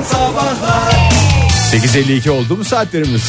Sabahlar 8.52 oldu mu saatlerimiz?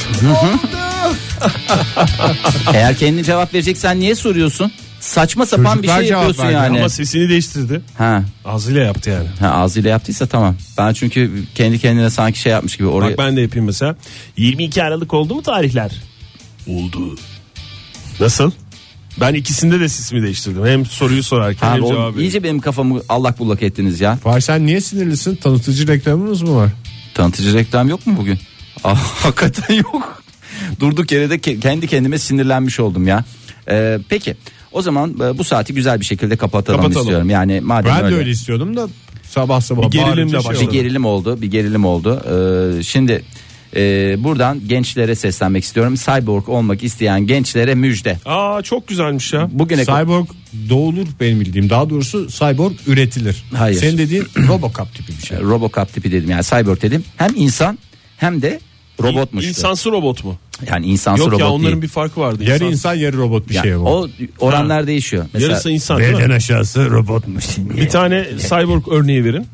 Eğer kendine cevap vereceksen niye soruyorsun? Saçma sapan Çocuklar bir şey cevap yapıyorsun verdi yani. Ama sesini değiştirdi. Ha. Ağzıyla yaptı yani. Ha, ağzıyla yaptıysa tamam. Ben çünkü kendi kendine sanki şey yapmış gibi oraya. Bak ben de yapayım mesela. 22 Aralık oldu mu tarihler? Oldu. Nasıl? Ben ikisinde de sesimi değiştirdim. Hem soruyu sorarken hem cevabı verdim. İyice benim kafamı allak bullak ettiniz ya. Var, sen niye sinirlisin? Tanıtıcı reklamımız mı var? Tanıtıcı reklam yok mu bugün? Hakikaten yok. Durduk yere de kendi kendime sinirlenmiş oldum ya. Peki o zaman bu saati güzel bir şekilde kapatalım. istiyorum. Yani madem ben de öyle istiyordum da sabah Bir gerilimle bağırınca bir gerilim oldu. Şimdi buradan gençlere seslenmek istiyorum. Cyborg olmak isteyen gençlere müjde. Aa çok güzelmiş ya. Bugüne Cyborg doğulur benim bildiğim. Daha doğrusu cyborg üretilir. Hayır. Senin dediğin Robocop tipi bir şey. Robocop tipi dedim, yani cyborg dedim. Hem insan hem de robotmuş. İnsansı robot mu? Yani insansı Yok robot ya, onların değil. bir farkı vardı. Yarı insan yarı robot bir Yani şey bu. o oranlar değişiyor. Mesela Yarısı insan değil mi? aşağısı robotmuş. Bir tane cyborg örneği verin.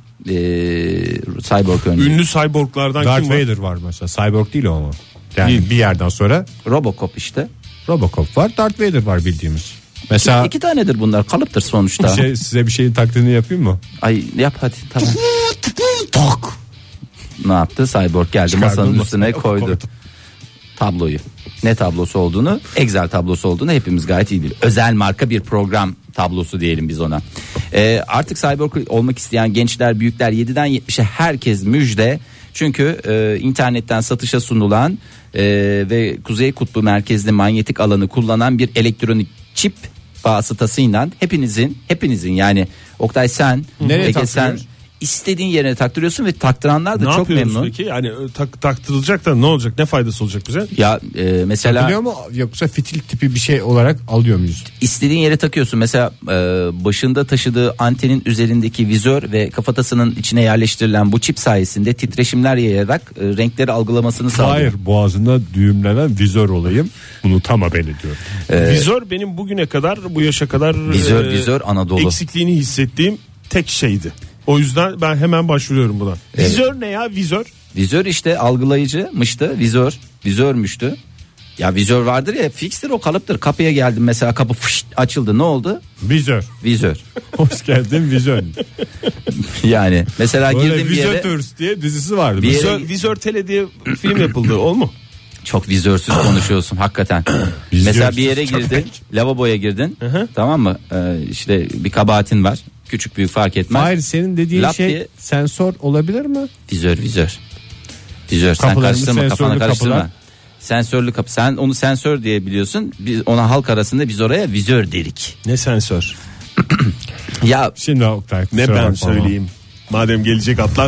cyborg örneği. Ünlü cyborglardan Darth kim var? Vader var mesela. Cyborg değil o ama. Yani Değil. bir yerden sonra Robocop işte. Robocop var, Darth Vader var bildiğimiz. Mesela İki tanedir bunlar, kalıptır sonuçta. size bir şeyin taklidini yapayım mı? Ay yap hadi, tamam. Tok. Ne yaptı? Cyborg geldi, Çıkardı masanın masaya üstüne koydu. koydu. Tabloyu. Ne tablosu olduğunu, Excel tablosu olduğunu hepimiz gayet iyi biliyoruz. Özel marka bir program tablosu diyelim biz ona. Artık cyborg olmak isteyen gençler, büyükler, 7'den 70'e herkes müjde. Çünkü internetten satışa sunulan ve Kuzey Kutbu merkezli manyetik alanı kullanan bir elektronik çip vasıtasıyla hepinizin yani Oktay sen, Nereye Ege sen taktırıyoruz? istediğin yerine taktırıyorsun ve taktıranlar da Ne çok yapıyoruz memnun. peki? Yani taktırılacak da ne olacak? Ne faydası olacak bize? Ya mesela Takılıyor mu yoksa fitil tipi bir şey olarak alıyor muyuz? istediğin yere takıyorsun. Mesela başında taşıdığı antenin üzerindeki vizör ve kafatasının içine yerleştirilen bu çip sayesinde titreşimler yayarak renkleri algılamasını sağlıyor. Hayır, boğazında düğümlenen vizör olayım. Unutama beni diyor. Vizör benim bugüne kadar, bu yaşa kadar Vizör Anadolu. eksikliğini hissettiğim tek şeydi. O yüzden ben hemen başvuruyorum buna. Evet. Vizör ne ya, vizör? Vizör işte algılayıcıymıştı, vizörmüştü. Ya vizör vardır ya, fikstir, o kalıptır. Kapıya geldim mesela, kapı fışt açıldı, ne oldu? Vizör. Hoş geldin vizör. Yani mesela Böyle girdim bir yere, Vizötörs diye dizisi vardı. Bir yere- Vizör Tele diye film yapıldı, o mu? çok vizörsüz konuşuyorsun hakikaten. Mesela bir yere girdin, lavaboya girdin, tamam mı? İşte bir kabahatin var, küçük büyük fark etmez. Hayır, senin dediğin Lap şey diye- sensör olabilir mi? Vizör. Sen Kapılarımız karıştırma, kafana sensörlü karıştırma. kapılar. Sensörlü kapı. Sen onu sensör diye biliyorsun. Biz ona halk arasında biz oraya vizör dedik. Ne sensör? Ya Şimdi Oktay, Ne kusura ben bakma ama. söyleyeyim. Madem gelecek atlar.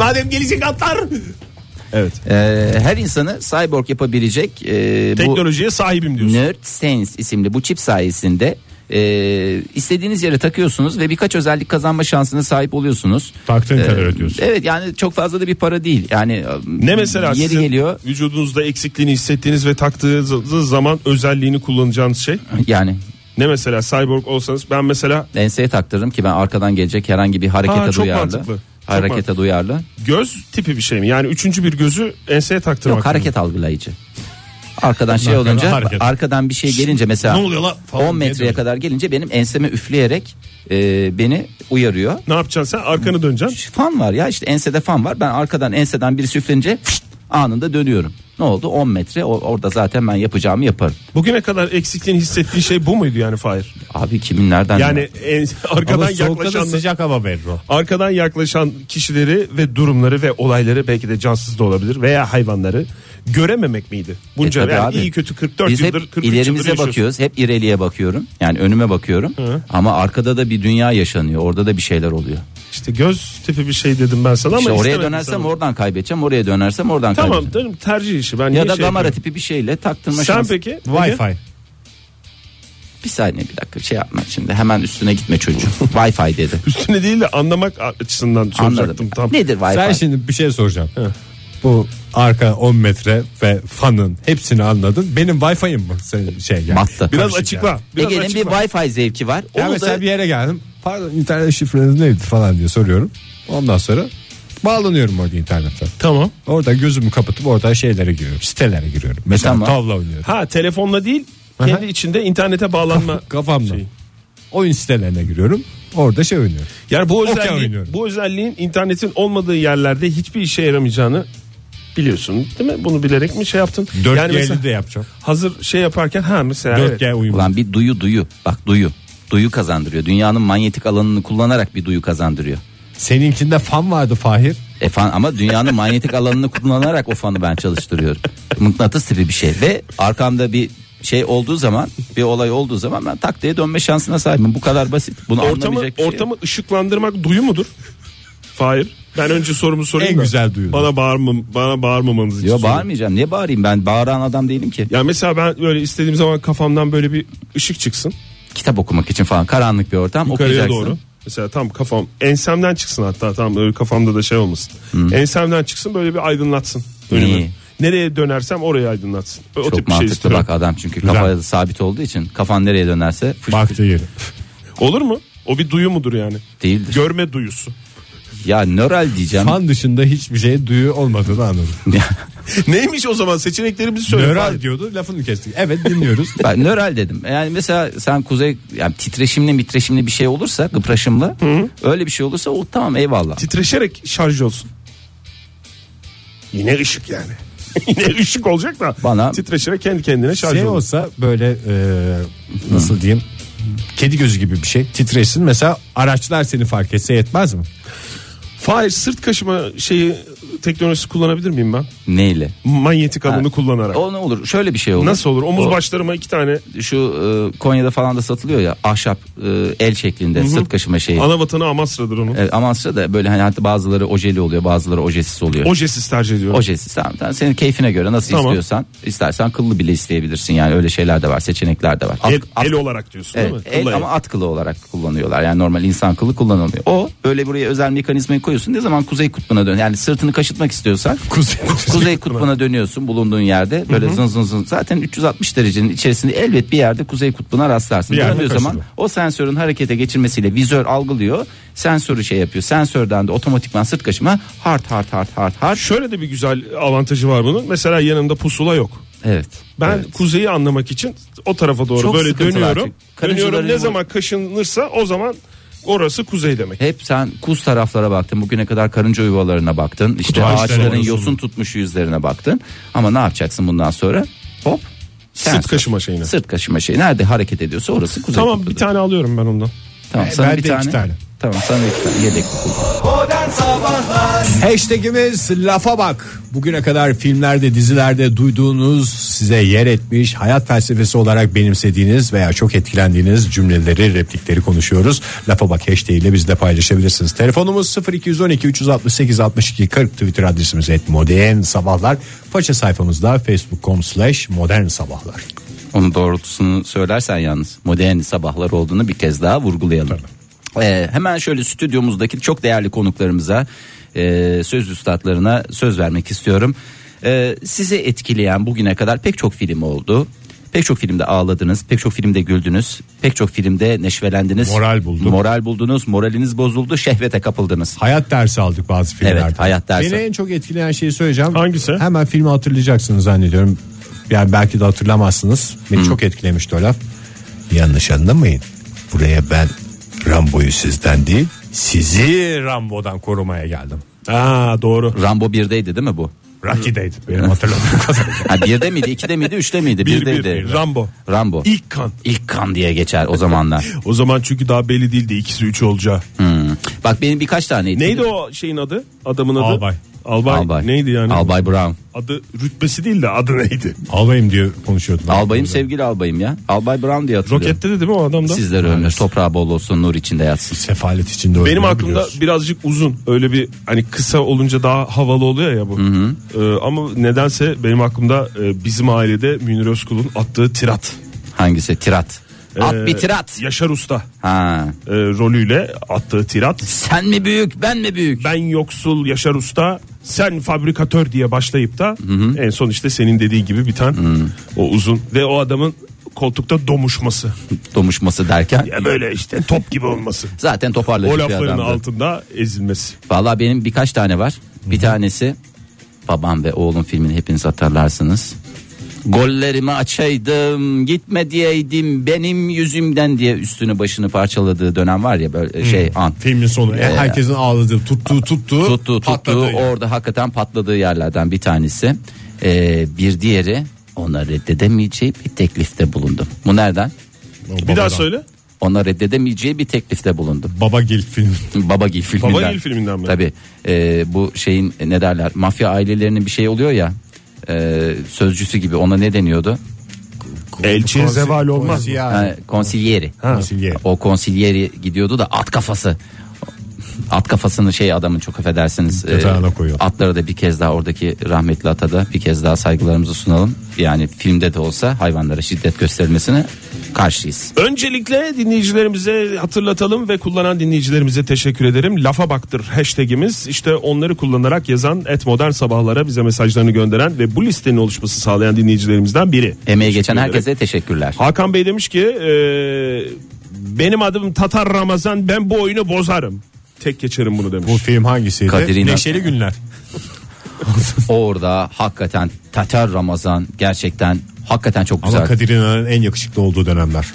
Evet. her insanı cyborg yapabilecek bu Teknolojiye sahibim diyorsun. NerdSense isimli bu çip sayesinde istediğiniz yere takıyorsunuz ve birkaç özellik kazanma şansına sahip oluyorsunuz. Taktığın kadar ödüyorsun. Evet, yani çok fazla da bir para değil. Yani Ne mesela yeri sizin geliyor. vücudunuzda eksikliğini hissettiğiniz ve taktığınız zaman özelliğini kullanacağınız şey? Yani Ne mesela, cyborg olsanız ben mesela enseye taktırırım ki ben arkadan gelecek herhangi bir harekete çok duyarlı. mantıklı. Çok Harekete duyarlı. göz tipi bir şey mi? Yani üçüncü bir gözü enseye taktırmak. Yok, mı? hareket algılayıcı. Arkadan şey Arkadan olunca, hareket. arkadan bir şey gelince mesela Ne oluyor la falan 10 diye metreye kadar gelince benim enseme üfleyerek beni uyarıyor. Ne yapacaksın sen? Arkanı döneceksin. Fan var ya, işte ensede fan var. Ben arkadan enseden birisi üflenince anında dönüyorum. Ne oldu? 10 metre orada zaten ben yapacağımı yaparım. Bugüne kadar eksikliğini hissettiğin şey bu muydu yani Fahir? Abi kimin nereden? Yani arkadan Ama soğukta da yaklaşan sıcak hava verir o. arkadan yaklaşan kişileri ve durumları ve olayları, belki de cansız da olabilir veya hayvanları görememek miydi? Bunca tabii yani abi. iyi kötü 44 Biz yıldır hep 43 yıldır ilerimize yaşıyorsun. bakıyoruz. Hep ileriye bakıyorum. Yani önüme bakıyorum. Ama arkada da bir dünya yaşanıyor. Orada da bir şeyler oluyor. İşte göz tipi bir şey dedim ben sana İşte ama oraya istemedim dönersem sana. oradan kaybedeceğim. Oraya dönersem oradan Tamam kaybedeceğim. canım, tercih işi. Ben Ya niye da şey damara yapıyorum? tipi bir şeyle taktırma Sen şansı. peki? Wi-Fi. Bir saniye, bir dakika, şey yapma şimdi, hemen üstüne gitme çocuğum. Wi-Fi dedi. Üstüne değil de anlamak açısından soracaktım Anladım. tam. Nedir Wi-Fi? Sen şimdi bir şey soracağım. Bu arka 10 metre ve fanın hepsini anladın. Benim Wi-Fi'm mı? Sen yani. Battı. Biraz Karışık açıkla. yani. Biraz Ege'nin bir açıkla. Wi-Fi zevki var. Ya Onu mesela da bir yere geldim. Pardon, internet şifreniz neydi falan diye soruyorum. Ondan sonra Bağlanıyorum orada internete. Tamam. Orada gözümü kapatıp orada şeylere giriyorum. Sitelere giriyorum. Mesela Tamam. tavla oynuyorum. Ha, telefonla değil, kendi içinde internete bağlanma. Kafamda. Şeyi. Oyun sitelerine giriyorum. Orada şey oynuyorum. Yani oynuyorum. bu özelliğin internetin olmadığı yerlerde hiçbir işe yaramayacağını biliyorsun değil mi? Bunu bilerek mi şey yaptın? 4G'li yani mesela de yapacağım. hazır şey yaparken mesela 4G uyumu. Ulan bir duyu. Bak duyu kazandırıyor. Dünyanın manyetik alanını kullanarak bir duyu kazandırıyor. Seninkinde fan vardı Fahir. Ama dünyanın manyetik alanını kullanarak o fanı ben çalıştırıyorum. Mıknatıs tipi bir şey ve arkamda bir şey olduğu zaman, bir olay olduğu zaman ben tak diye dönme şansına sahibim. Bu kadar basit. Bunu anlamayacak bir şey. Ortamı ışıklandırmak duyu mudur? Hayır. Ben önce sorumu sorayım En da. güzel duyu. Bana bağırmamanız için. Yok, bağırmayacağım. Niye bağırayım? Ben bağıran adam değilim ki. Ya mesela ben böyle istediğim zaman kafamdan böyle bir ışık çıksın. Kitap okumak için falan karanlık bir ortam Yukarıya okuyacaksın. doğru. Mesela tam kafam ensemden çıksın, hatta tam öyle kafamda da şey olmasın. Ensemden çıksın, böyle bir aydınlatsın önümü. İyi. Nereye dönersem oraya aydınlatsın. O Çok tip bir şey mantıklı istiyorum. bak adam, çünkü Güzel. kafaya sabit olduğu için kafan nereye dönerse Baktı yeri. Olur mu? O bir duyu mudur yani? değildir. Görme duyusu. Ya nöral diyeceğim. Fan dışında hiçbir şeye duyu olmadığını anladım. Neymiş o zaman, seçeneklerimizi söyle. Nöral diyordu, lafını kestik. Evet, dinliyoruz. Ben nöral dedim. Yani mesela sen yani titreşimli bir şey olursa, kıpraşımlı, öyle bir şey olursa o tamam, eyvallah. Titreşerek şarj olsun. Yine ışık yani. Yine ışık olacak da Bana- titreşerek kendi kendine şarj Şey olur. olsa böyle nasıl diyeyim, kedi gözü gibi bir şey titreşsin. Mesela araçlar seni fark etse yetmez mi? Fahir, sırt kaşıma teknolojisi kullanabilir miyim ben? Neyle? Manyetik alanı kullanarak. O ne olur? Şöyle bir şey olur. Nasıl olur? Omuz O- başlarıma 2 tane Şu Konya'da falan da satılıyor ya, ahşap el şeklinde sırt kaşıma şeyi. ana vatanı Amasra'dır onun. Amasya da böyle, hani hatta bazıları ojeli oluyor, bazıları ojesiz oluyor. Ojesiz tercih ediyorum. Ojesiz, tamam. Senin keyfine göre nasıl Tamam. istiyorsan, istersen kıllı bile isteyebilirsin, yani öyle şeyler de var, seçenekler de var. El olarak diyorsun Evet, değil mi? el Kılla ama at kılı olarak kullanıyorlar. Yani normal insan kılı kullanılmıyor. O böyle buraya özel mekanizmayı koyuyorsun. Ne zaman Kuzey Kutbu'na dön, yani sırtını kaşıtmak istiyorsan Kuzey Kutbu'na dönüyorsun bulunduğun yerde. Böyle zın zın zın. Zaten 360 derecenin içerisinde elbet bir yerde Kuzey Kutbu'na rastlarsın. Bir yerde Döndüğü zaman kaşınıyor. o sensörün harekete geçirmesiyle vizör algılıyor. Sensörü şey yapıyor. Sensörden de otomatikman sırt kaşıma hard. Şöyle de bir güzel avantajı var bunun. Mesela yanımda pusula yok. Evet. Ben Evet. kuzeyi anlamak için o tarafa doğru Çok böyle sıkıntılı dönüyorum. artık. Karıncaların Dönüyorum, ne yolu- zaman kaşınırsa o zaman orası kuzey demek. Hep sen kuz taraflara baktın. Bugüne kadar karınca yuvalarına baktın. İşte Ağaçların ağaçların yosun. yosun tutmuş yüzlerine baktın. Ama ne yapacaksın bundan sonra? Hop. Sırt kaşıma şeyine. Sırt kaşıma şeyi. Nerede hareket ediyorsa orası kuzey Tamam, kutbudur. bir tane alıyorum ben ondan. Tamam, sana Ben bir de tane. 2 tane. Tamam, sana 2 tane yedekli kullan. Hashtagimiz lafa bak. Bugüne kadar filmlerde, dizilerde duyduğunuz, size yer etmiş, hayat felsefesi olarak benimsediğiniz veya çok etkilendiğiniz cümleleri, replikleri konuşuyoruz. Lafa bak hashtag ile bizle paylaşabilirsiniz. Telefonumuz 0212 368 62 40, Twitter adresimiz @modernsabahlar. Faça sayfamızda facebook.com/modernsabahlar. Onun doğrultusunu söylersen yalnız modern sabahlar olduğunu bir kez daha vurgulayalım. Hemen şöyle stüdyomuzdaki çok değerli konuklarımıza, söz üstadlarına söz vermek istiyorum. Sizi etkileyen bugüne kadar pek çok film oldu. Pek çok filmde ağladınız, pek çok filmde güldünüz, pek çok filmde neşvelendiniz. Moral buldunuz, moraliniz bozuldu, şehvete kapıldınız. Hayat dersi aldık bazı filmlerde. Evet, hayat dersi. Beni en çok etkileyen şeyi söyleyeceğim. Hangisi? Hemen filmi hatırlayacaksınız zannediyorum. Yani belki de hatırlamazsınız. Beni çok etkilemişti o laf. Yanlış anlamayın. Buraya ben Rambo'yu sizden değil, sizi Rambo'dan korumaya geldim. Doğru. Rambo 1'deydi değil mi bu? Rocky'deydi benim hatırladığım kadarıyla. Ha, 1'de miydi, 2'de miydi, 3'te miydi? Bir, 1'deydi. Rambo. İlk kan. İlk kan diye geçer o zamanlar. O zaman çünkü daha belli değildi ikisi 3 olacağı. Bak benim birkaç taneydi. Neydi o şeyin adı? Adamın adı? Albay. Albay. Neydi yani? Albay Brown. Adı rütbesi değil de adı neydi? Albayım diye konuşuyordum. Albayım, sevgili albayım ya. Albay Brown diye hatırlıyorum. Rokette de değil mi o adam da? Sizlere ömür, toprağı bol olsun, nur içinde yatsın. Sefalet içinde Benim öldüğünü aklımda biliyoruz. birazcık uzun, öyle bir hani kısa olunca daha havalı oluyor ya bu. Ama nedense benim aklımda bizim ailede Münir Özkul'un attığı tirat. Hangisi? Tirat. At bir tirat. Yaşar Usta Ha. rolüyle attığı tirat. Sen mi büyük, ben mi büyük? Ben yoksul Yaşar Usta, sen fabrikatör diye başlayıp da en son işte senin dediği gibi biten o uzun ve o adamın koltukta domuşması. Domuşması derken? Ya böyle işte top gibi olması. Zaten toparlayıcı O bir lafların adamdı. altında ezilmesi. Vallahi benim birkaç tane var. Bir tanesi Babam ve Oğlum filmini hepiniz hatırlarsınız. Gollerimi açaydım, gitme diyeydim benim yüzümden diye üstünü başını parçaladığı dönem var ya, böyle an. Filmin sonu herkesin ağladığı tuttu patladı. Orada hakikaten patladığı yerlerden bir tanesi. Bir diğeri, ona reddedemeyeceği bir teklifte bulundum. Bu nereden? Bir daha söyle. Ona reddedemeyeceği bir teklifte bulundum. Babagil filmi. Babagil filminden. Babagil filminden mi? Tabii. Bu şeyin ne derler? Mafya ailelerinin bir şey oluyor ya. Sözcüsü gibi, ona ne deniyordu? Elçiye zeval olmaz. Konsilyeri. Konsilyeri. O konsilyeri gidiyordu da at kafası. At kafasını adamın, çok affedersiniz, atları da bir kez daha, oradaki rahmetli ata da bir kez daha saygılarımızı sunalım. Yani filmde de olsa hayvanlara şiddet gösterilmesine karşıyız. Öncelikle dinleyicilerimize hatırlatalım ve kullanan dinleyicilerimize teşekkür ederim. Lafa baktır hashtagimiz, işte onları kullanarak yazan @modernsabahlara bize mesajlarını gönderen ve bu listenin oluşması sağlayan dinleyicilerimizden biri. Emeği geçen herkese teşekkürler. Hakan Bey demiş ki benim adım Tatar Ramazan, ben bu oyunu bozarım. Tek geçerim bunu demiş. Bu film hangisiydi? Kadirina. Neşeli Günler. Orada hakikaten Tatar Ramazan gerçekten hakikaten çok güzel. Ama Kadirina'nın en yakışıklı olduğu dönemler.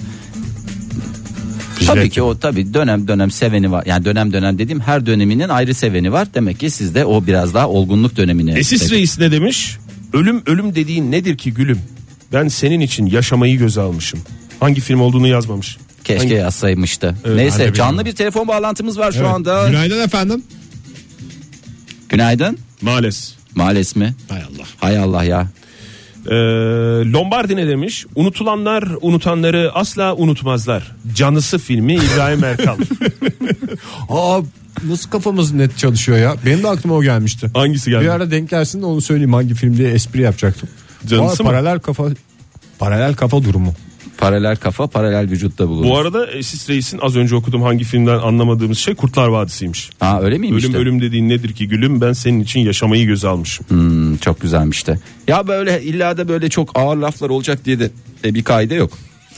Tabii ki o dönem seveni var. Yani dönem dediğim, her döneminin ayrı seveni var. Demek ki sizde o biraz daha olgunluk dönemini. Esis Reis ne demiş? Ölüm dediğin nedir ki gülüm? Ben senin için yaşamayı göze almışım. Hangi film olduğunu yazmamış. Keşke yazsaymıştı. Evet, neyse, canlı bir telefon bağlantımız var şu anda. Günaydın efendim. Günaydın. Males mi? Hay Allah ya. Lombardi ne demiş? Unutulanlar unutanları asla unutmazlar. Canısı filmi, İbrahim Erkal. Nasıl kafamız net çalışıyor ya. Benim de aklıma o gelmişti. Hangisi geldi? Bir ara denk gelsin de onu söyleyeyim, hangi film diye espri yapacaktım. Canısı mı? Paralel kafa durumu. Paralel kafa, paralel vücutta bulunur. Bu arada Esis Reis'in az önce okuduğum hangi filmden anlamadığımız şey Kurtlar Vadisi'ymiş. Öyle miymiş? Ölüm dediğin nedir ki gülüm, ben senin için yaşamayı göze almışım. Çok güzelmişti. Ya böyle illa da böyle çok ağır laflar olacak diye de bir kaide yok.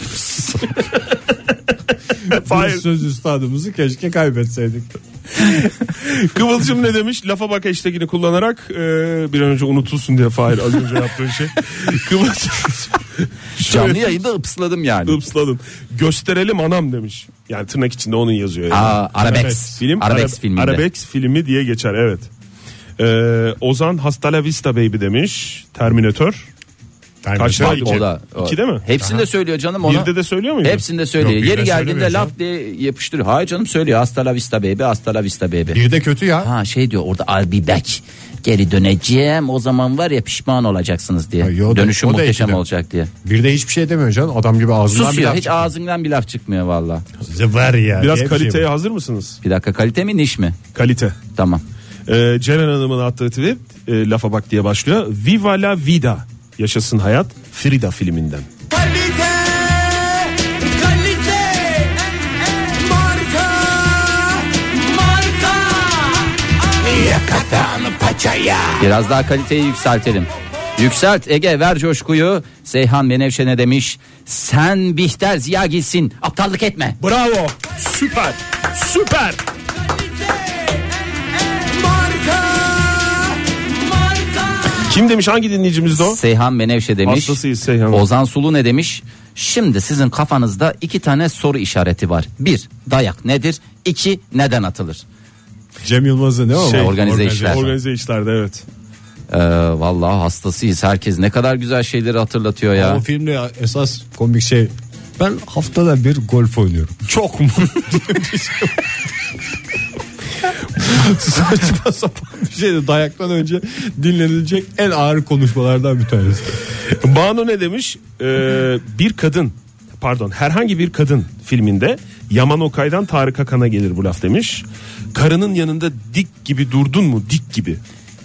Söz üstadımızı keşke kaybetseydik. Kıvılcım ne demiş? Lafa bak hashtagini kullanarak bir an önce unutulsun diye Fahir az önce yaptığın şey. Kıvılcım canlı yayında ıpsladım yani. Ipsladım. Gösterelim anam demiş. Yani tırnak içinde onun yazıyor. Yani. Arabex film. Arabex filminde. Arabex filmi diye geçer, evet. Ozan Hasta la Vista Baby demiş. Terminator. Kaç lira? O da. 2'de mi? Hepsinde söylüyor canım ona. Birde de söylüyor muydu? Hepsinde söylüyor. Yok, yeri geldiğinde söylemiyor laf diye yapıştırıyor. Hayır canım, söylüyor. Hasta la vista baby, hasta la vista baby. Bir de kötü ya. Diyor orada, I'll be back. Geri döneceğim. O zaman var ya, pişman olacaksınız diye. Dönüşüm muhteşem olacak diye. Bir de hiçbir şey demiyor canım. Adam gibi ağzından susuyor. bir laf Hiç çıkmıyor. Ağzından bir laf çıkmıyor valla. Var ya. Biraz kaliteye hazır mısınız? Bir dakika, kalite mi niş mi? Kalite. Tamam. Ceren Hanım'ın attığı tweet lafa bak diye başlıyor. Viva la vida. Yaşasın hayat, Frida filminden. Kalite, marka. Yakatan paçaya. Biraz daha kaliteyi yükseltelim. Yükselt Ege, ver coşkuyu. Seyhan Menevşe ne demiş? Sen Bihter Ziya gitsin, aptallık etme. Bravo, süper. Kim demiş, hangi dinleyicimizdi o? Seyhan Menevşe demiş. Hastasıyız Seyhan. Ozan Sulu ne demiş? Şimdi sizin kafanızda 2 tane soru işareti var. 1. Dayak nedir? 2. Neden atılır? Cem Yılmaz'ı ne o? Organize işler. Organize işlerde, evet. Vallahi hastasıyız. Herkes ne kadar güzel şeyleri hatırlatıyor ya. O filmde esas komik şey, ben haftada bir golf oynuyorum. Çok mu? Saçma sapan bir şeydi. Dayaktan önce dinlenilecek en ağır konuşmalardan bir tanesi. Banu ne demiş? Herhangi bir kadın filminde Yaman Okay'dan Tarık Akan'a gelir bu laf demiş. Karının yanında dik gibi durdun mu? Dik gibi.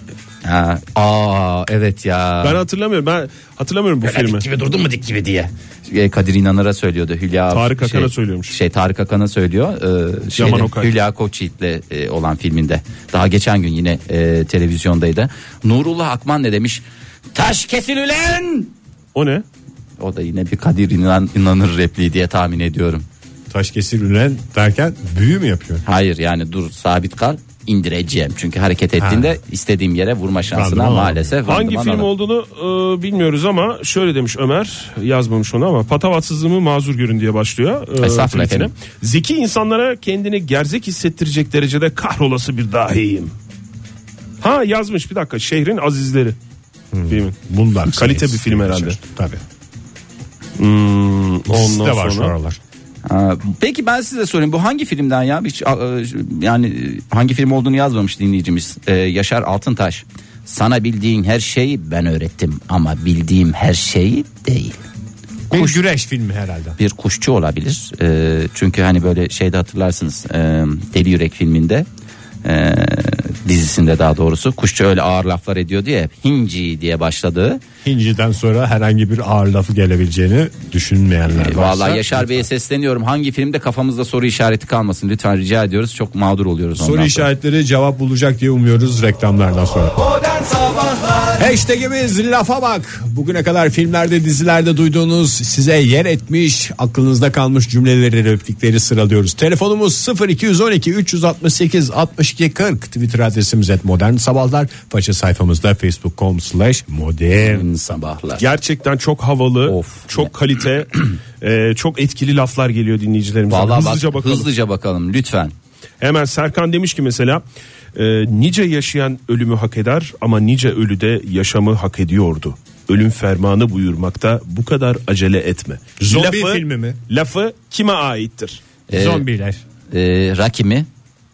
Evet ya. Ben hatırlamıyorum bu filmi. Dik gibi durdun mu dik gibi diye. Kadir İnanır'a söylüyordu. Tarık Akan'a söylüyormuş. Tarık Akan'a söylüyor. Hülya Koçyiğit'le olan filminde. Daha geçen gün yine televizyondaydı. Nurullah Akman ne demiş? Taş kesin ulen! O ne? O da yine bir Kadir inanır repliği diye tahmin ediyorum. Taşkesir Ünen derken büyü mü yapıyor? Hayır yani dur sabit kal, indireceğim. Çünkü hareket ettiğinde istediğim yere vurma şansına Randıman maalesef. Hangi randıman film alalım. olduğunu bilmiyoruz ama şöyle demiş Ömer, yazmamış onu ama patavatsızlığımı mazur görün diye başlıyor. Estağfurullah tweetine. efendim. Zeki insanlara kendini gerzek hissettirecek derecede kahrolası bir dahiyim. Ha yazmış, bir dakika, Şehrin Azizleri filmin. Bunlar Kalite bir film herhalde. Tabii. Ondan de var şu sonra aralar. Peki ben size sorayım, bu hangi filmden ya? Hiç, yani hangi film olduğunu yazmamış dinleyicimiz. Yaşar Altıntaş. Sana bildiğin her şeyi ben öğrettim ama bildiğim her şeyi değil. Bir güreş filmi herhalde. Bir kuşçu olabilir. Çünkü hani böyle şeyde hatırlarsınız, Deli Yürek filminde, dizisinde daha doğrusu, kuşçu öyle ağır laflar ediyor diye Hinci diye başladığı. Hinci'den sonra herhangi bir ağır lafı gelebileceğini düşünmeyenler varsa. Vallahi Yaşar Bey'e sesleniyorum, hangi filmde kafamızda soru işareti kalmasın lütfen, rica ediyoruz, çok mağdur oluyoruz. Soru işaretleri cevap bulacak diye umuyoruz reklamlardan sonra. Hashtagimiz lafa bak. Bugüne kadar filmlerde, dizilerde duyduğunuz, size yer etmiş, aklınızda kalmış cümleleri, replikleri sıralıyoruz. Telefonumuz 0212 368 62 40. Twitter adresimiz @modernsabahlar. Faça sayfamızda facebook.com/modern sabahlar. gerçekten çok havalı, Of. çok kalite, çok etkili laflar geliyor dinleyicilerimizden. Vallahi Hızlıca bakalım. hızlıca bakalım lütfen. Hemen Serkan demiş ki mesela, nice yaşayan ölümü hak eder ama nice ölü de yaşamı hak ediyordu. Ölüm fermanı buyurmakta, bu kadar acele etme. Zombi filmi mi? Lafı kime aittir? Zombiler. Rocky mi?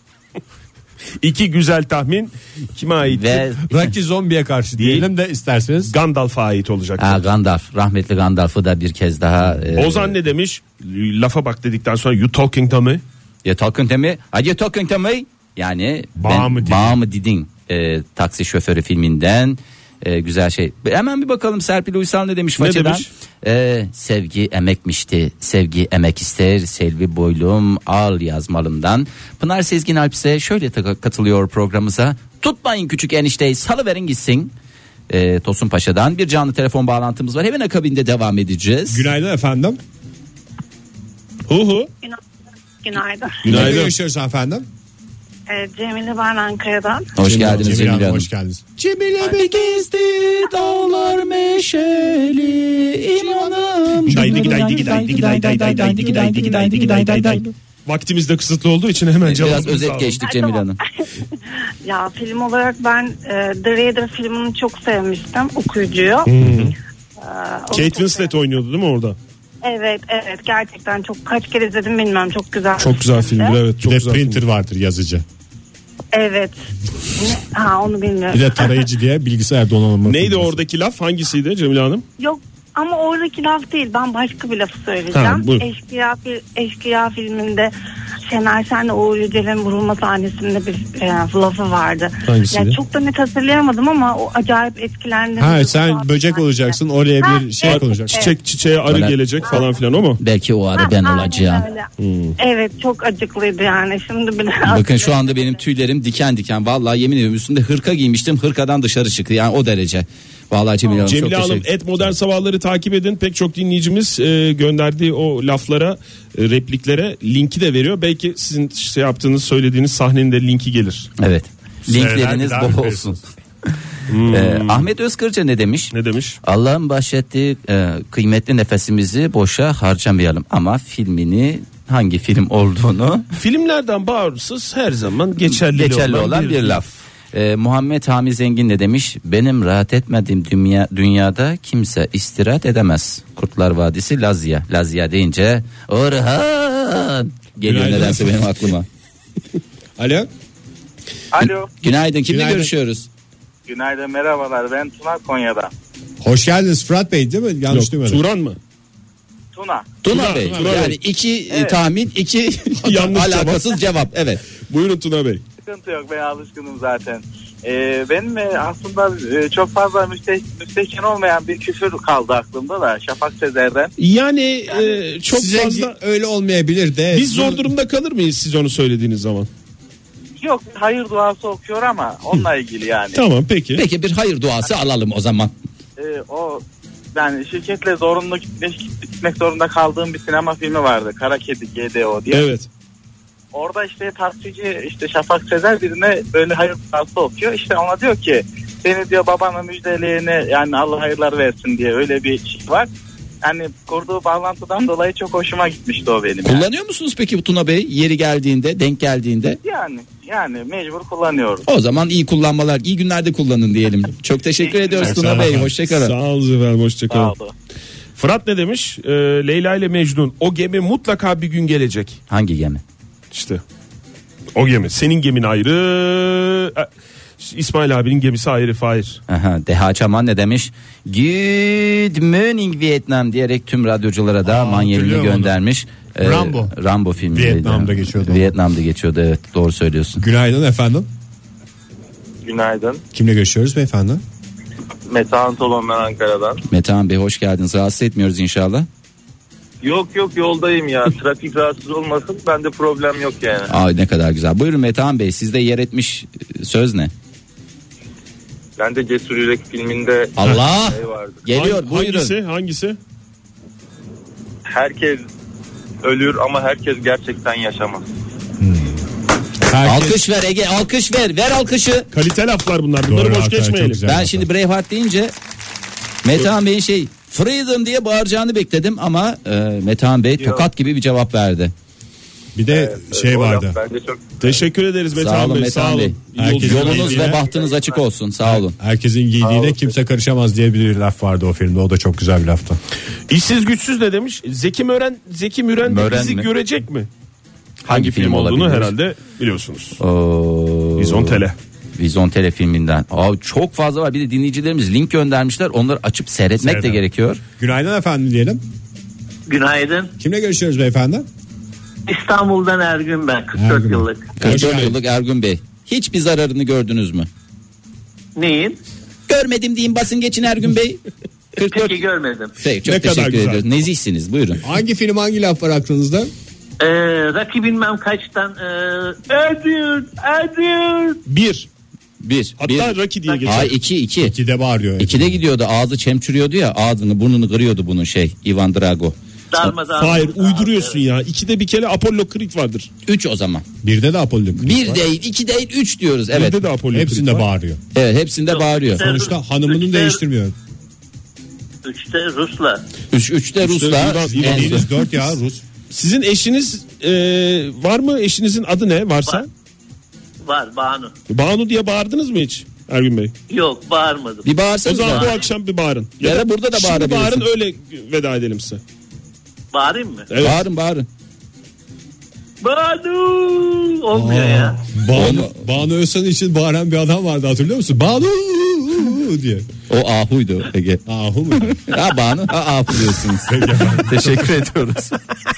İki güzel tahmin kime aittir? Ve Rocky zombiye karşı Değil. diyelim de isterseniz. Gandalf'a ait olacak. Gandalf, rahmetli Gandalf'ı da bir kez daha. Ozan ne demiş? Lafa bak dedikten sonra you talking to me? You talking to me? Are you talking to me? Yani Bağ mı Didin taksi şoförü filminden güzel şey. Hemen bir bakalım Serpil Uysal ne demiş Façeden. Sevgi emekmişti. Sevgi emek ister. Selvi boylum al yazmalımdan. Pınar Sezgin Alp ise şöyle katılıyor programımıza. Tutmayın küçük enişteyi, salıverin gitsin. Tosun Paşa'dan bir canlı telefon bağlantımız var. Hemen akabinde devam edeceğiz. Günaydın efendim. Hu. Günaydın. Günaydın. Görüşürüz efendim. Cemile ben Ankara'dan. Hoş geldiniz Cemile Hanım. Hoş geldiniz. Cemile bir gezdi dağlar meşeli imanım. Vaktimiz de kısıtlı olduğu için hemen cevabımızı Biraz özet alalım. geçtik Cemile Hanım. Ya film olarak ben The Raider filmini çok sevmiştim, okuyucuyu. Kate Winslet oynuyordu değil mi orada? Evet gerçekten çok, kaç kere izledim bilmem, çok güzel. Çok güzel filmdir, evet, Bir çok de güzel printer film. vardır, yazıcı. Evet. Onu bilmiyorum. Bir de tarayıcı diye bilgisayar donanımı. Neydi firması. oradaki laf, hangisiydi Cemile Hanım? Yok ama oradaki laf değil, ben başka bir lafı söyleyeceğim. Ha, buyur. Eşkıya filminde Şener Şen'le Uğur Yücel'in vurulma sahnesinde bir lafı vardı. Hangisiydi? Ya çok da net hatırlayamadım ama o acayip etkilendim. Ha, sen böcek olacaksın, oraya bir şey konacak. Çiçeğe arı Böyle- gelecek falan filan, o mu? Belki o ara ben Aynen olacağım. öyle. Evet, çok acıklıydı yani, şimdi bile. Bakın şu anda benim tüylerim diken diken. Vallahi yemin ediyorum, üstünde hırka giymiştim. Hırkadan dışarı çıktı. Yani o derece. Vallahi Cemile Hanım Cemile çok Hanım teşekkür Modern Sabahları takip edin. Pek çok dinleyicimiz gönderdiği o laflara, repliklere linki de veriyor. Belki sizin şey yaptığınız, söylediğiniz sahnenin de linki gelir. Evet. Linkleriniz Seneler bol bir olsun. Ahmet Özkırca ne demiş? Ne demiş? Allah'ın bahşettiği kıymetli nefesimizi boşa harcamayalım, ama filmini, hangi film olduğunu Filmlerden bağımsız her zaman geçerli olan bir laf. Muhammed Hami Zengin ne demiş? Benim rahat etmediğim dünyada kimse istirahat edemez. Kurtlar Vadisi Lazya. Lazya deyince Orhan geliyor Günaydın. nedense benim aklıma. Alo. Alo. Günaydın, kimle Günaydın. görüşüyoruz? Günaydın, merhabalar. Ben Tuna, Konya'dan. Hoş geldiniz Fırat Bey, değil mi? Yanlış Yok, duymadım. Turan mı? Tuna. Tuna Bey. Tuna Bey. Yani iki Evet. tahmin, iki Yanlış alakasız cevap. Evet. Buyurun Tuna Bey. Sıkıntı yok, ben alışkınım zaten. Benim aslında çok fazla müstehcen olmayan bir küfür kaldı aklımda da, Şafak Sezer'den. Yani çok Size fazla... öyle olmayabilir de. Biz zor durumda kalır mıyız siz onu söylediğiniz zaman? Yok, hayır duası okuyor ama onunla ilgili yani. Tamam, peki. Peki bir hayır duası alalım o zaman. O yani şirketle zorunlu gitmek zorunda kaldığım bir sinema filmi vardı. Kara Kedi GDO diye. Evet. Orada işte taksici işte Şafak Sezer birine böyle hayır duası okuyor. İşte ona diyor ki seni diyor babana müjdeleyene yani Allah hayırlar versin diye öyle bir şey var. Yani kurduğu bağlantıdan dolayı çok hoşuma gitmişti o benim. Kullanıyor musunuz peki Tuna Bey yeri geldiğinde, denk geldiğinde? Yani mecbur kullanıyoruz. O zaman iyi kullanmalar, iyi günlerde kullanın diyelim. Çok teşekkür ediyoruz Tuna Bey. Hoşçakalın. Sağ olun efendim, hoşçakalın. Sağ olun. Fırat ne demiş? Leyla ile Mecnun. O gemi mutlaka bir gün gelecek. Hangi gemi? İşte o gemi. Senin gemin ayrı. İsmail abinin gemisi ayrı, Fahir. Aha, Deha Çaman ne demiş? Good morning Vietnam diyerek tüm radyoculara da manyelini göndermiş. Rambo filmi. Vietnam'da geçiyordu, evet, doğru söylüyorsun. Günaydın efendim. Günaydın. Kimle görüşüyoruz beyefendi? Metehan Tolon, ben Ankara'dan. Metehan Bey hoş geldiniz. Rahatsız etmiyoruz inşallah. Yok yoldayım ya. Trafik rahatsız olmasın. Bende problem yok yani. Aa, ne kadar güzel. Buyurun Metehan Bey, sizde yer etmiş söz ne? Ben de Cesur Yürek filminde Allah şey vardı. geliyor, buyurun. Hangisi? Herkes ölür ama herkes gerçekten yaşamaz. Alkış ver Ege, alkış ver alkışı. Kalite laflar bunlar. Bunları boş geçmeyelim. Ben şimdi Braveheart deyince Metehan Bey'in freedom diye bağıracağını bekledim ama Metehan Bey tokat gibi bir cevap verdi. Bir de vardı. Bence çok teşekkür ederiz Metehan Bey. Sağ olun. Yolunuz ve bahtınız açık olsun. Sağ olun. Herkesin giydiğine kimse karışamaz diye bir laf vardı o filmde. O da çok güzel bir laftı. İşsiz güçsüz ne demiş? Zeki Müren de bizi görecek mi? Hangi film olduğunu herhalde biliyorsunuz. Vizontele filminden. Çok fazla var. Bir de dinleyicilerimiz link göndermişler. Onları açıp seyretmek de gerekiyor. Günaydın efendim diyelim. Günaydın. Kimle görüşüyoruz beyefendi? İstanbul'dan Ergün ben. 44 yıllık. 44 yıllık Ergün Bey. Hiçbir zararını gördünüz mü? Neyin? Görmedim diyeyim, basın geçin Ergün Bey. 44. Peki, görmedim. Peki, çok teşekkür ediyoruz. Nezihsiniz, buyurun. Hangi film, hangi laf var aklınızda? Rocky bilmem kaçtan Adrian. Bir. Hatta bir. Rocky diye geçiyor. Ay 2. 2'de bağırıyor. 2'de gidiyordu, ağzı çemçürüyordu ya, ağzını burnunu kırıyordu bunun Ivan Drago. Hayır, uyduruyorsun ya. 2'de bir kere Apollo Creed vardır. 3 o zaman. 1'de de Apollo Creed 1 var. değil, 2 değil, 3 diyoruz. Evet. 1'de de Apollo Creed hepsinde var. bağırıyor. Evet, hepsinde bağırıyor. Sonuçta hanımını değiştirmiyor. 3'te Rus'la. 3'te Rus'la. Yediğiniz 4 ya Rus. Sizin eşiniz var mı? Eşinizin adı ne varsa? Var Banu. Banu diye bağırdınız mı hiç Ergün Bey? Yok, bağırmadım. Bir bağırsanız. O zaman bu akşam bir bağırın. Ya da burada da bağırabilirsiniz. Şimdi bağırın, öyle veda edelim size. Bağırayım mı? Evet. Bağırın. Banu! Olmuyor ya. Banu Özsan için bağıran bir adam vardı, hatırlıyor musun? Banu diye. O ahuydu Ege. Ahu mu? Ya Banu ahu diyorsunuz. Teşekkür ediyoruz.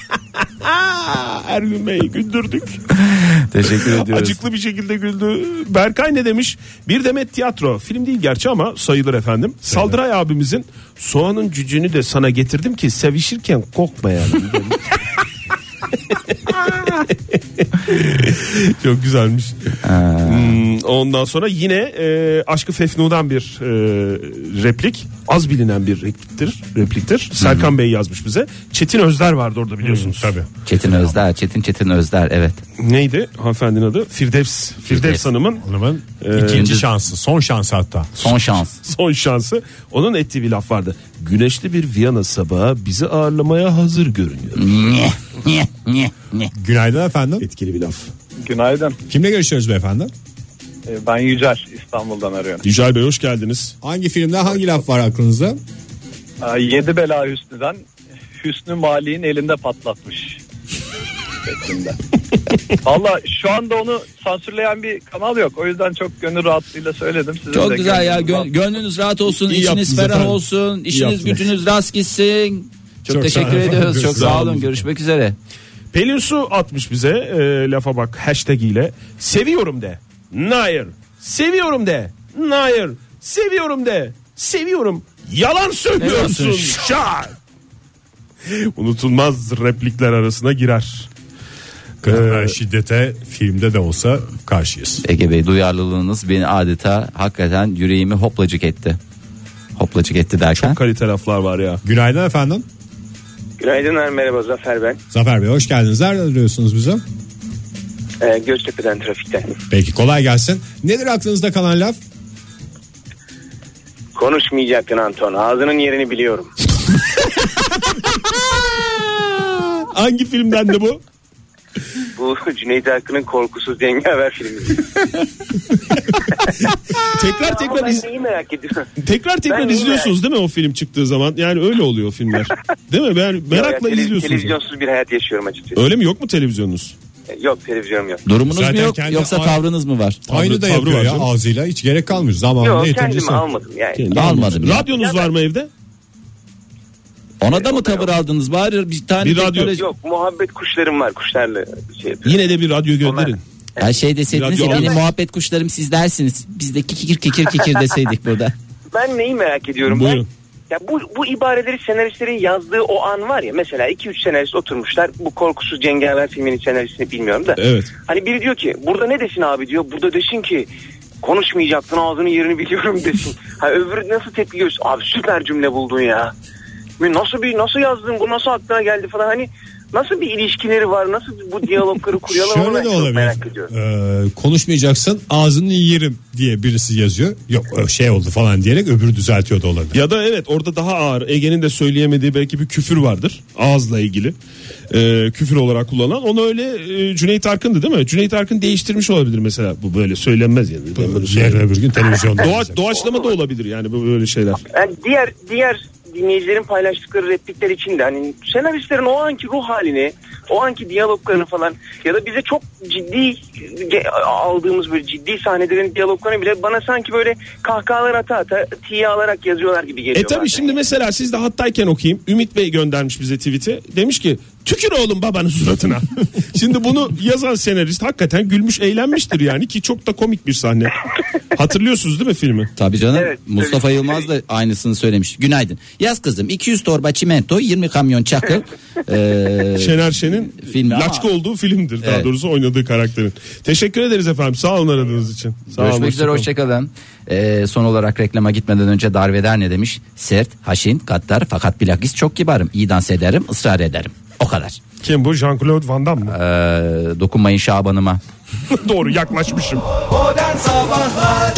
Ergün Bey, güldürdük. Teşekkür ediyoruz. Acıklı bir şekilde güldü. Berkay ne demiş? Bir demet tiyatro. Film değil gerçi ama sayılır efendim. Saldıray abimizin soğanın cücüğünü de sana getirdim ki sevişirken kokmayalım. Çok güzelmiş. Ondan sonra yine Aşk-ı Fefnu'dan bir replik. Az bilinen bir repliktir. Serkan Bey yazmış bize. Çetin Özder vardı orada, biliyorsunuz. Tabii. Çetin Özder evet. Neydi hanımefendinin adı? Firdevs Hanım'ın ikinci şansı, son şansı hatta. Son şansı. Onun ettiği bir laf vardı. Güneşli bir Viyana sabahı bizi ağırlamaya hazır görünüyor. Günaydın efendim. Etkili bir laf. Günaydın. Kimle görüşüyoruz beyefendi? Ben Yücel, İstanbul'dan arıyorum. Yücel Bey, hoş geldiniz. Hangi filmde hangi laf var aklınızda? 7 Bela Hüsnü'den Hüsnü Mali'nin elinde patlatmış. Valla şu anda onu sansürleyen bir kanal yok. O yüzden çok gönül rahatlığıyla söyledim. Sizin çok güzel ya, gönlünüz rahat olsun, içiniz ferah olsun, işiniz gücünüz rast gitsin. Çok teşekkür ediyoruz. Çok sağ olun. Görüşmek üzere. Pelin Su atmış bize lafa bak hashtag ile. Seviyorum de. Hayır. Seviyorum de. Hayır. Seviyorum de. Seviyorum. Yalan söylüyorsun. Şah. Unutulmaz replikler arasına girer. Şiddete filmde de olsa karşıyız. Ege Bey, duyarlılığınız beni adeta hakikaten yüreğimi hoplacık etti. Hoplacık etti derken. Çok kalite laflar var ya. Günaydın efendim. Günaydınlar, merhaba, Zafer ben. Zafer Bey hoş geldiniz. Nereden arıyorsunuz bizi? Göztepe'den, trafikten. Peki kolay gelsin. Nedir aklınızda kalan laf? Konuşmayacaktın Anton, ağzının yerini biliyorum. Hangi filmden de bu? Bu Cüneyt Arkın'ın Korkusuz Cengaver filmi. tekrar neyi merak ediyorum. Tekrar izliyorsunuz değil mi o film çıktığı zaman? Yani öyle oluyor filmler. Değil mi? Ben merakla izliyorsunuz. Televizyonsuz bir hayat yaşıyorum açıkçası. Öyle mi, yok mu televizyonunuz? Yok, televizyonum yok. Durumunuz Zaten mu yok yoksa tavrınız mı var? Aynı da yapıyor ya ağzıyla, hiç gerek kalmıyor. Zamanında yok, yeterince kendimi almadım yani. Almadım. Radyonuz var mı evde? Ona da mı tavır aldınız? Bari bir tane bir radyo. teknoloji... Yok, muhabbet kuşlarım var, kuşlarla şey yapıyorum. Yine de bir radyo gönderin. Her şey deseydiniz ya, benim muhabbet kuşlarım siz dersiniz. Biz de kikir deseydik burada. Ben neyi merak ediyorum? Buyurun. Ya bu ibareleri senaristlerin yazdığı o an var ya, mesela 2-3 senarist oturmuşlar, bu Korkusuz Cengaver filminin senaristini bilmiyorum da. Evet. Hani biri diyor ki burada ne desin abi diyor, burada desin ki konuşmayacaktın, ağzının yerini biliyorum desin. Ha, öbürü nasıl tepki görsün, abi süper cümle buldun ya. Nasıl yazdın, bu nasıl aklına geldi falan, hani nasıl bir ilişkileri var, nasıl bu diyalogları kuruyorlar. Şöyle de olabilir. Konuşmayacaksın, ağzını yerim diye birisi yazıyor. Yok şey oldu falan diyerek öbürü düzeltiyor da olabilir. Ya da evet, orada daha ağır, Ege'nin de söyleyemediği belki bir küfür vardır ağızla ilgili. Küfür olarak kullanılan. Onu öyle Cüneyt Arkın'dı değil mi? Cüneyt Arkın değiştirmiş olabilir mesela. Bu böyle söylenmez yani. Yarın öbür gün televizyonda. Doğaçlama da olabilir yani böyle şeyler. Yani diğer dinleyicilerin paylaştıkları replikler için de hani senaristlerin o anki ruh halini, o anki diyaloglarını falan ya da bize çok ciddi aldığımız böyle ciddi sahnelerin diyaloglarını bile bana sanki böyle kahkahalar ata tiye alarak yazıyorlar gibi geliyor. Tabii şimdi mesela siz de hattayken okuyayım. Ümit Bey göndermiş bize tweet'i. Demiş ki tükür oğlum babanın suratına. Şimdi bunu yazan senarist hakikaten gülmüş, eğlenmiştir yani, ki çok da komik bir sahne. Hatırlıyorsunuz değil mi filmi? Tabii canım. Evet, Mustafa Yılmaz da aynısını söylemiş. Günaydın. Yaz kızım 200 torba çimento, 20 kamyon çakıl. Şener Şen'in laçka olduğu filmdir. Daha doğrusu oynadığı karakterin. Teşekkür ederiz efendim. Sağ olun aradığınız için. Görüşmek üzere, hoşçakalın. Son olarak reklama gitmeden önce Darveder ne demiş? Sert, haşin, gaddar fakat bilakis çok kibarım. İyi dans ederim, ısrar ederim. O kadar. Kim bu? Jean-Claude Van Damme mı? Dokunmayın Şaban'ıma. Doğru, yaklaşmışım. Modern Sabahlar.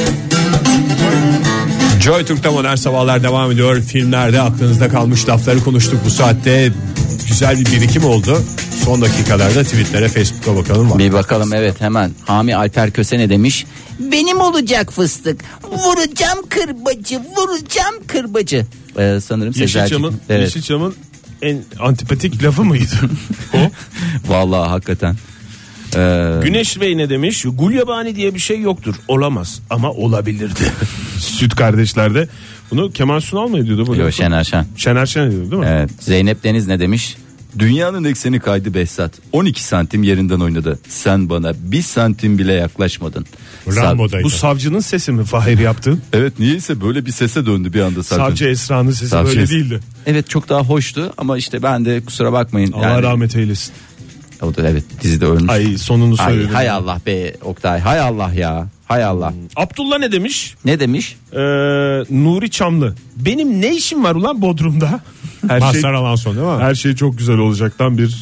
Joy Türk'te Modern Sabahlar devam ediyor. Filmlerde aklınızda kalmış lafları konuştuk bu saatte. Güzel bir birikim oldu. Son dakikalarda tweetlere, Facebook'a bakalım. Bir bakalım, evet, hemen. Hami Alper Köse ne demiş? Benim olacak fıstık. Vuracağım kırbacı. Sanırım Yeşilçam'ın, evet. Yeşilçam'ın en antipatik lafı mıydı o? Vallahi hakikaten. Güneş Bey ne demiş? Gulyabani diye bir şey yoktur. Olamaz ama olabilirdi. Süt Kardeşler'de. Bunu Kemal Sunal mı ediyordu? Yok, Şener Şen. Şener Şen ediyordu değil mi? Evet. Zeynep Deniz ne demiş? Dünyanın ekseni kaydı Behzat. 12 santim yerinden oynadı. Sen bana 1 santim bile yaklaşmadın. Bu savcının sesi mi Fahir yaptın? Evet, niyeyse böyle bir sese döndü bir anda savcı. Savcı Esra'nın sesi böyle değildi. Evet, çok daha hoştu ama işte ben de kusura bakmayın. Allah rahmet eylesin. O da evet, dizide ölmüş. Ay, sonunu söyledim. Hay Allah be Oktay, hay Allah ya. Hay Allah. Abdullah ne demiş? Ne demiş? Nuri Çamlı. Benim ne işim var ulan Bodrum'da? Mazhar Alanson değil mi? Her şey çok güzel olacaktan bir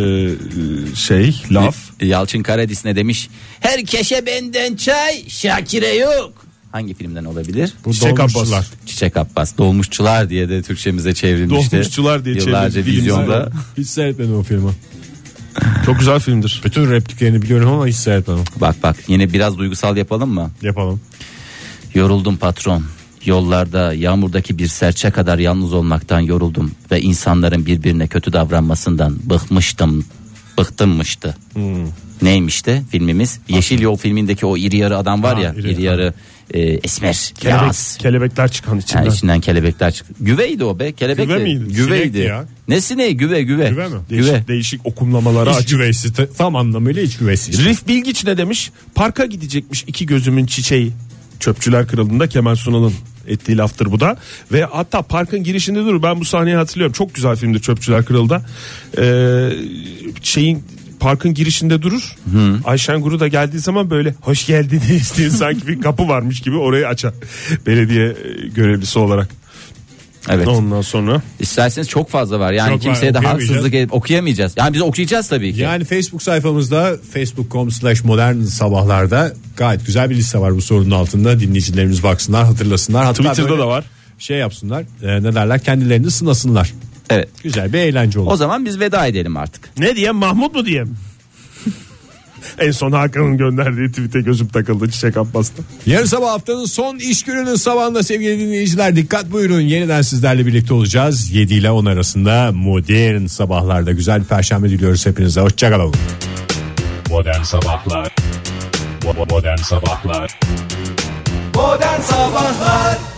laf. Yalçın Karadis ne demiş? Herkese benden çay, Şakir'e yok. Hangi filmden olabilir? Çiçek Abbas. Çiçek Abbas. Dolmuşçular diye de Türkçemize çevrilmişti. Dolmuşçular diye yıllarca vizyonda. Hiç seyretmedim o filmi. Çok güzel filmdir. Bütün repliklerini biliyorum ama hiç seyretmedim. Bak yine biraz duygusal yapalım mı? Yapalım. Yoruldum patron. Yollarda yağmurdaki bir serçe kadar yalnız olmaktan yoruldum ve insanların birbirine kötü davranmasından bıktımmıştı. Neymişti filmimiz? Yeşil Yol filmindeki o iri yarı adam var ya, iri yarı esmer. Kelebekler çıkan içinden. Yani içinden kelebekler çıktı. Güveydi o be. Kelebek güve miydi? Güveydi. Ya. Nesi ne? Güve. Güve mi? Değişik okumlamalara İç açık. güveysi, tam anlamıyla iç güveysi. İşte. Rif Bilgiç ne demiş? Parka gidecekmiş iki gözümün çiçeği. Çöpçüler Kralı'nda Kemal Sunal'ın ettiği laftır bu da. Ve hatta parkın girişinde durur. Ben bu sahneyi hatırlıyorum. Çok güzel filmdir Çöpçüler Kralı'da. parkın girişinde durur. Ayşen Guru da geldiği zaman böyle hoş geldiniz diye sanki bir kapı varmış gibi orayı açar. Belediye görevlisi olarak. Evet. Ondan sonra İsterseniz çok fazla var. Yani Çok kimseye var, de haksızlık edip okuyamayacağız. Yani biz okuyacağız tabii ki. Yani Facebook sayfamızda facebook.com/modernsabahlarda gayet güzel bir liste var bu sorunun altında. Dinleyicilerimiz baksınlar, hatırlasınlar. Hatta Twitter'da böyle da var. Şey yapsınlar, ne derler, kendilerini sınasınlar. Evet. Güzel bir eğlence olur. O zaman biz veda edelim artık. Ne diyeyim, Mahmut mu diyeyim? En son Hakan'ın gönderdiği tweet'e gözüm takıldı Çiçek Abbas'ta. Yarın sabah haftanın son iş gününün sabahında sevgili dinleyiciler, dikkat buyurun, yeniden sizlerle birlikte olacağız. 7 ile 10 arasında modern sabahlarda. Güzel bir perşembe diliyoruz hepinize. Hoşçakalın. Modern Sabahlar. Modern Sabahlar. Modern Sabahlar